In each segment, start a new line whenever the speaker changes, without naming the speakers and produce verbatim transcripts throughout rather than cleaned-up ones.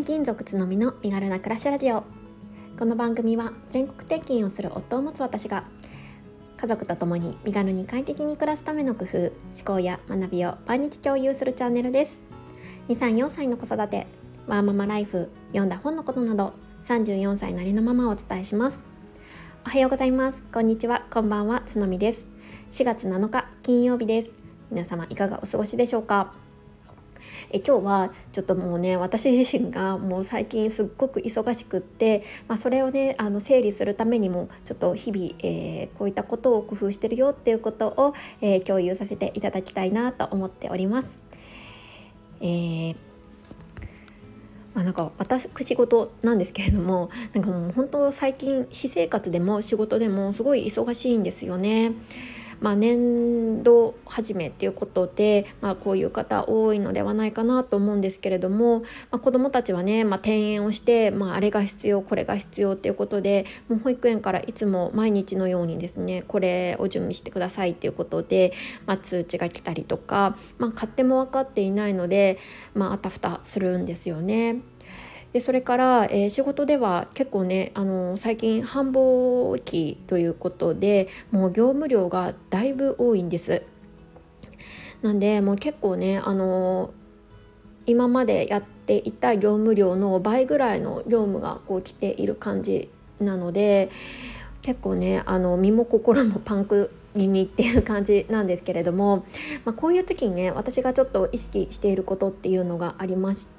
金属つのみの身軽な暮らしラジオ。この番組は全国転勤をする夫を持つ私が家族と共に身軽に快適に暮らすための工夫、思考や学びを毎日共有するチャンネルです。にさいよんさいの子育て、ワーママライフ、読んだ本のことなどさんじゅうよんさいなりのママをお伝えします。おはようございます、こんにちは、こんばんは、つのみです。しがつなのか金曜日です。皆様いかがお過ごしでしょうか。え今日はちょっともうね、私自身がもう最近すっごく忙しくって、まあ、それをねあの整理するためにもちょっと日々、えー、こういったことを工夫してるよっていうことを、えー、共有させていただきたいなと思っております。えーまあ、なんか私仕事なんですけれども、なんかもう本当最近私生活でも仕事でもすごい忙しいんですよね。まあ、年度始めっていうことで、まあ、こういう方多いのではないかなと思うんですけれども、まあ、子どもたちはね、まあ、転園をして、まあ、あれが必要これが必要っていうことで、もう保育園からいつも毎日のようにですね、これを準備してくださいっていうことで、まあ、通知が来たりとか、まあ、勝手も分かっていないので、まあ、あたふたするんですよね。でそれから、えー、仕事では結構ね、あのー、最近繁忙期ということでもう業務量がだいぶ多いんです。なんでもう結構ね、あのー、今までやっていた業務量の倍ぐらいの業務がこう来ている感じなので、結構ね、あの身も心もパンク気味っていう感じなんですけれども、まあ、こういう時にね、私がちょっと意識していることっていうのがありまして、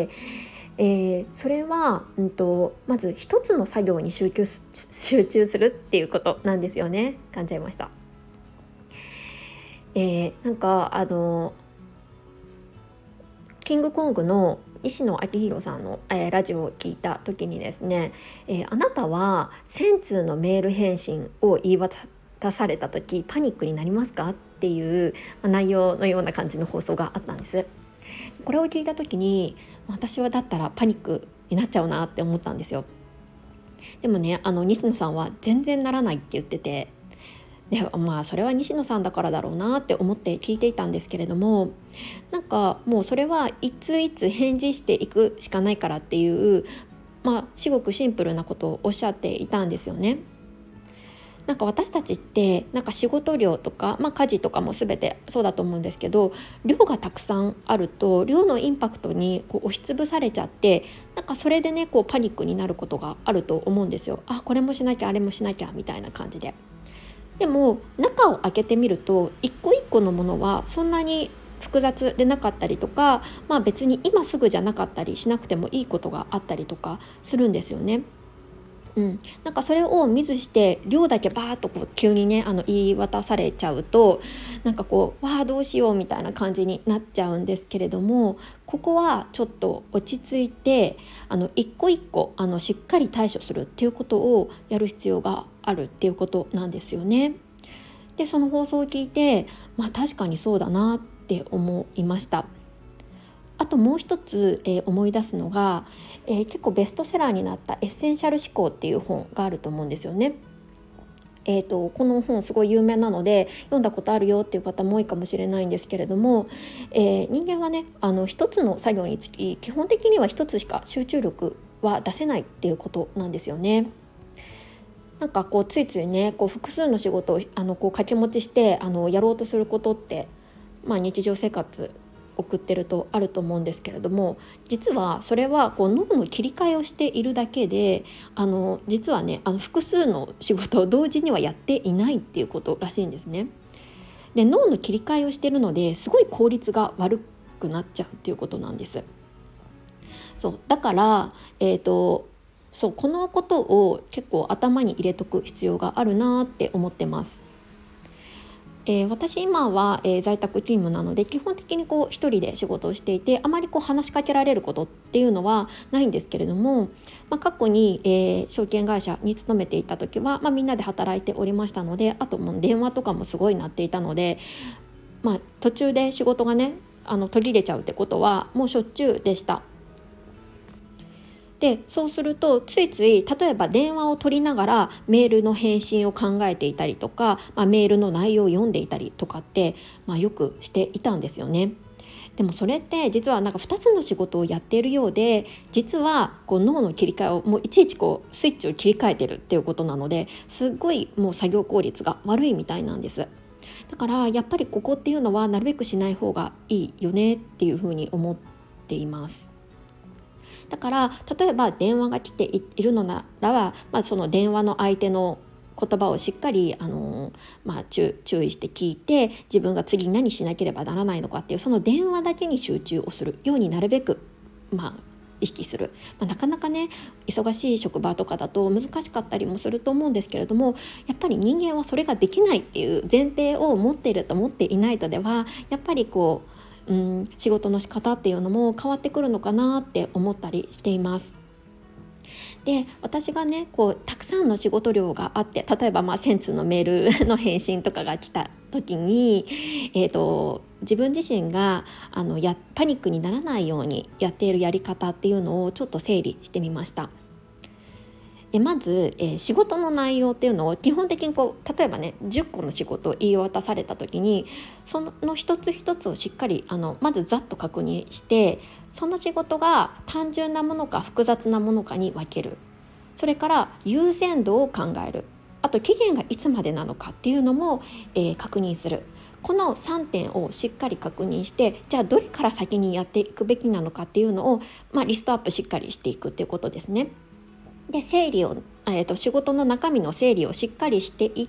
えー、それは、うんと、まず一つの作業に集中す、集中するっていうことなんですよね。噛んじゃいました。えー、なんかあのキングコングの石野昭弘さんの、えー、ラジオを聞いた時にですね、えー、あなたはせん通のメール返信を言い渡された時パニックになりますかっていう、まあ、内容のような感じの放送があったんです。これを聞いた時に、私はだったらパニックになっちゃうなって思ったんですよ。でもね、あの西野さんは全然ならないって言ってて、でまあそれは西野さんだからだろうなって思って聞いていたんですけれども、なんかもうそれはいついつ返事していくしかないからっていう、まあすごくシンプルなことをおっしゃっていたんですよね。なんか私たちってなんか仕事量とか、まあ、家事とかも全てそうだと思うんですけど、量がたくさんあると量のインパクトにこう押しつぶされちゃって、なんかそれでねこうパニックになることがあると思うんですよ。あ、これもしなきゃあれもしなきゃみたいな感じで。でも中を開けてみると一個一個のものはそんなに複雑でなかったりとか、まあ、別に今すぐじゃなかったりしなくてもいいことがあったりとかするんですよね。うん、なんかそれを見ずして量だけバーッとこう急にねあの言い渡されちゃうと、なんかこうわあどうしようみたいな感じになっちゃうんですけれども、ここはちょっと落ち着いて、あの一個一個あのしっかり対処するっていうことをやる必要があるっていうことなんですよね。でその放送を聞いて、まあ確かにそうだなって思いました。あともう一つ、えー、思い出すのが、えー、結構ベストセラーになったエッセンシャル思考っていう本があると思うんですよね。えーと、この本すごい有名なので読んだことあるよっていう方も多いかもしれないんですけれども、えー、人間はねあの一つの作業につき基本的には一つしか集中力は出せないっていうことなんですよね。なんかこうついついねこう複数の仕事をあのこう掛け持ちしてあのやろうとすることって、まあ、日常生活送ってるとあると思うんですけれども、実はそれはこう脳の切り替えをしているだけで、あの実はねあの複数の仕事を同時にはやっていないっていうことらしいんですね。で脳の切り替えをしているのですごい効率が悪くなっちゃうっていうことなんです。そうだから、えーと、そうこのことを結構頭に入れとく必要があるなって思ってます。えー、私今は、えー、在宅勤務なので基本的にこう一人で仕事をしていて、あまりこう話しかけられることっていうのはないんですけれども、まあ、過去に、えー、証券会社に勤めていた時は、まあ、みんなで働いておりましたので、あともう電話とかもすごい鳴っていたので、まあ、途中で仕事がねあの途切れちゃうってことはもうしょっちゅうでした。でそうするとついつい例えば電話を取りながらメールの返信を考えていたりとか、まあ、メールの内容を読んでいたりとかって、まあ、よくしていたんですよね。 でもそれって実はなんかふたつの仕事をやっているようで、実はこう脳の切り替えをもういちいちこうスイッチを切り替えてるっていうことなので、すっごいもう作業効率が悪いみたいなんです。だからやっぱりここっていうのはなるべくしない方がいいよねっていうふうに思っています。だから例えば電話が来ているのならば、まあ、その電話の相手の言葉をしっかり、あのまあ、注, 注意して聞いて、自分が次何しなければならないのかっていうその電話だけに集中をするようになるべく、まあ、意識する、まあ、なかなかね忙しい職場とかだと難しかったりもすると思うんですけれども、やっぱり人間はそれができないっていう前提を持っていると持っていないとではやっぱりこう、うん、仕事の仕方っていうのも変わってくるのかなって思ったりしています。で私がねこうたくさんの仕事量があって、例えばまあせん通のメールの返信とかが来た時に、えーと、自分自身があのやパニックにならないようにやっているやり方っていうのをちょっと整理してみました。えまず、えー、仕事の内容っていうのを基本的にこう例えばねじゅっこの仕事を言い渡された時に、その一つ一つをしっかりあのまずざっと確認して、その仕事が単純なものか複雑なものかに分ける。それから優先度を考える。あと期限がいつまでなのかっていうのも、えー、確認する。このさんてんをしっかり確認して、じゃあどれから先にやっていくべきなのかっていうのを、まあ、リストアップしっかりしていくっていうことですね。で整理を、えーと、仕事の中身の整理をしっかりしていって、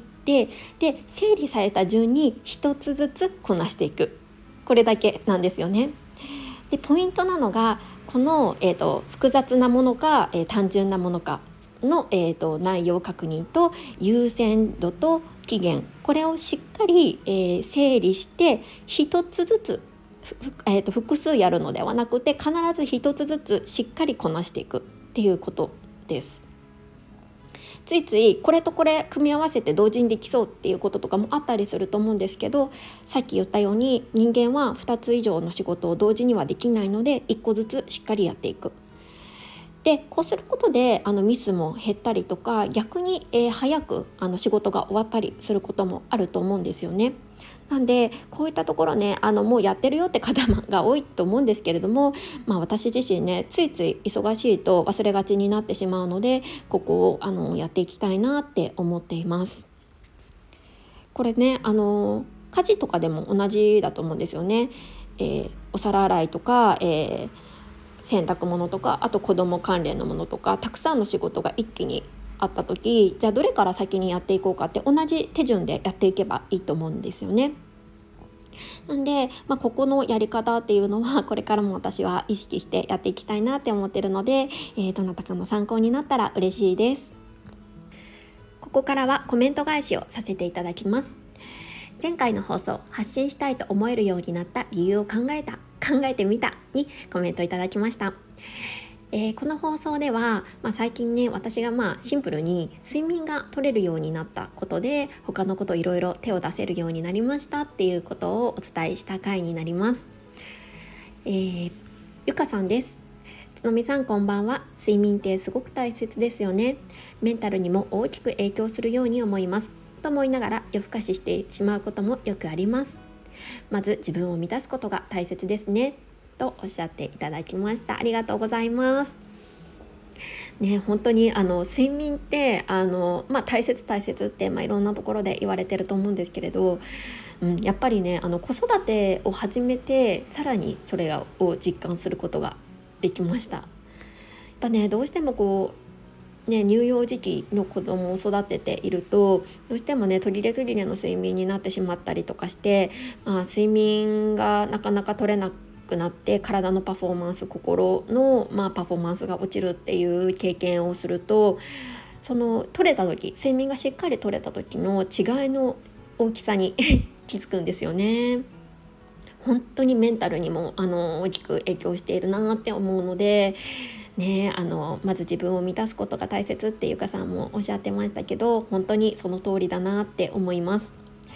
で整理された順に一つずつこなしていく。これだけなんですよね。でポイントなのがこの、えーと、複雑なものか、えー、単純なものかの、えーと、内容確認と優先度と期限、これをしっかり、えー、整理して一つずつ、えーと、複数やるのではなくて必ず一つずつしっかりこなしていくっていうことです。ついついこれとこれ組み合わせて同時にできそうっていうこととかもあったりすると思うんですけど、さっき言ったように人間はふたつ以上の仕事を同時にはできないのでいっこずつしっかりやっていく。でこうすることであのミスも減ったりとか、逆に、えー、早くあの仕事が終わったりすることもあると思うんですよね。なんでこういったところねあのもうやってるよって方が多いと思うんですけれども、まあ、私自身ねついつい忙しいと忘れがちになってしまうので、ここをあのやっていきたいなって思っています。これねあの家事とかでも同じだと思うんですよね。えー、お皿洗いとか、えー、洗濯物とか、あと子供関連のものとか、たくさんの仕事が一気にあった時、じゃあどれから先にやっていこうかって同じ手順でやっていけばいいと思うんですよね。なんで、まあ、ここのやり方っていうのはこれからも私は意識してやっていきたいなって思ってるので、えー、どなたかの参考になったら嬉しいです。ここからはコメント返しをさせていただきます。前回の放送、発信したいと思えるようになった理由を考えた考えてみたにコメントいただきました。えー、この放送では、まあ、最近ね私がまあシンプルに睡眠が取れるようになったことで他のこといろいろ手を出せるようになりましたっていうことをお伝えした回になります。えー、ゆかさんです。つのみさんこんばんは。睡眠ってすごく大切ですよね。メンタルにも大きく影響するように思いますと思いながら夜更かししてしまうこともよくあります。まず自分を満たすことが大切ですねとおっしゃっていただきました。ありがとうございます。ね、本当にあの睡眠ってあの、まあ、大切大切って、まあ、いろんなところで言われてると思うんですけれど、うん、やっぱりねあの子育てを始めてさらにそれを実感することができました。やっぱねどうしてもこうね、乳幼児期の子供を育てているとどうしてもね途切れ途切れの睡眠になってしまったりとかして、まあ、睡眠がなかなか取れなくなって体のパフォーマンス心の、まあ、パフォーマンスが落ちるっていう経験をすると、その取れた時睡眠がしっかり取れた時の違いの大きさに気づくんですよね。本当にメンタルにもあの大きく影響しているなって思うのでね、あのまず自分を満たすことが大切ってゆかさんもおっしゃってましたけど、本当にその通りだなって思います。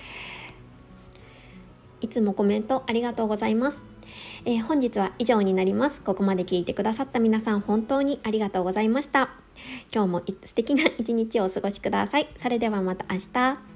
いつもコメントありがとうございます。えー、本日は以上になります。ここまで聞いてくださった皆さん本当にありがとうございました。今日も素敵な一日をお過ごしください。それではまた明日。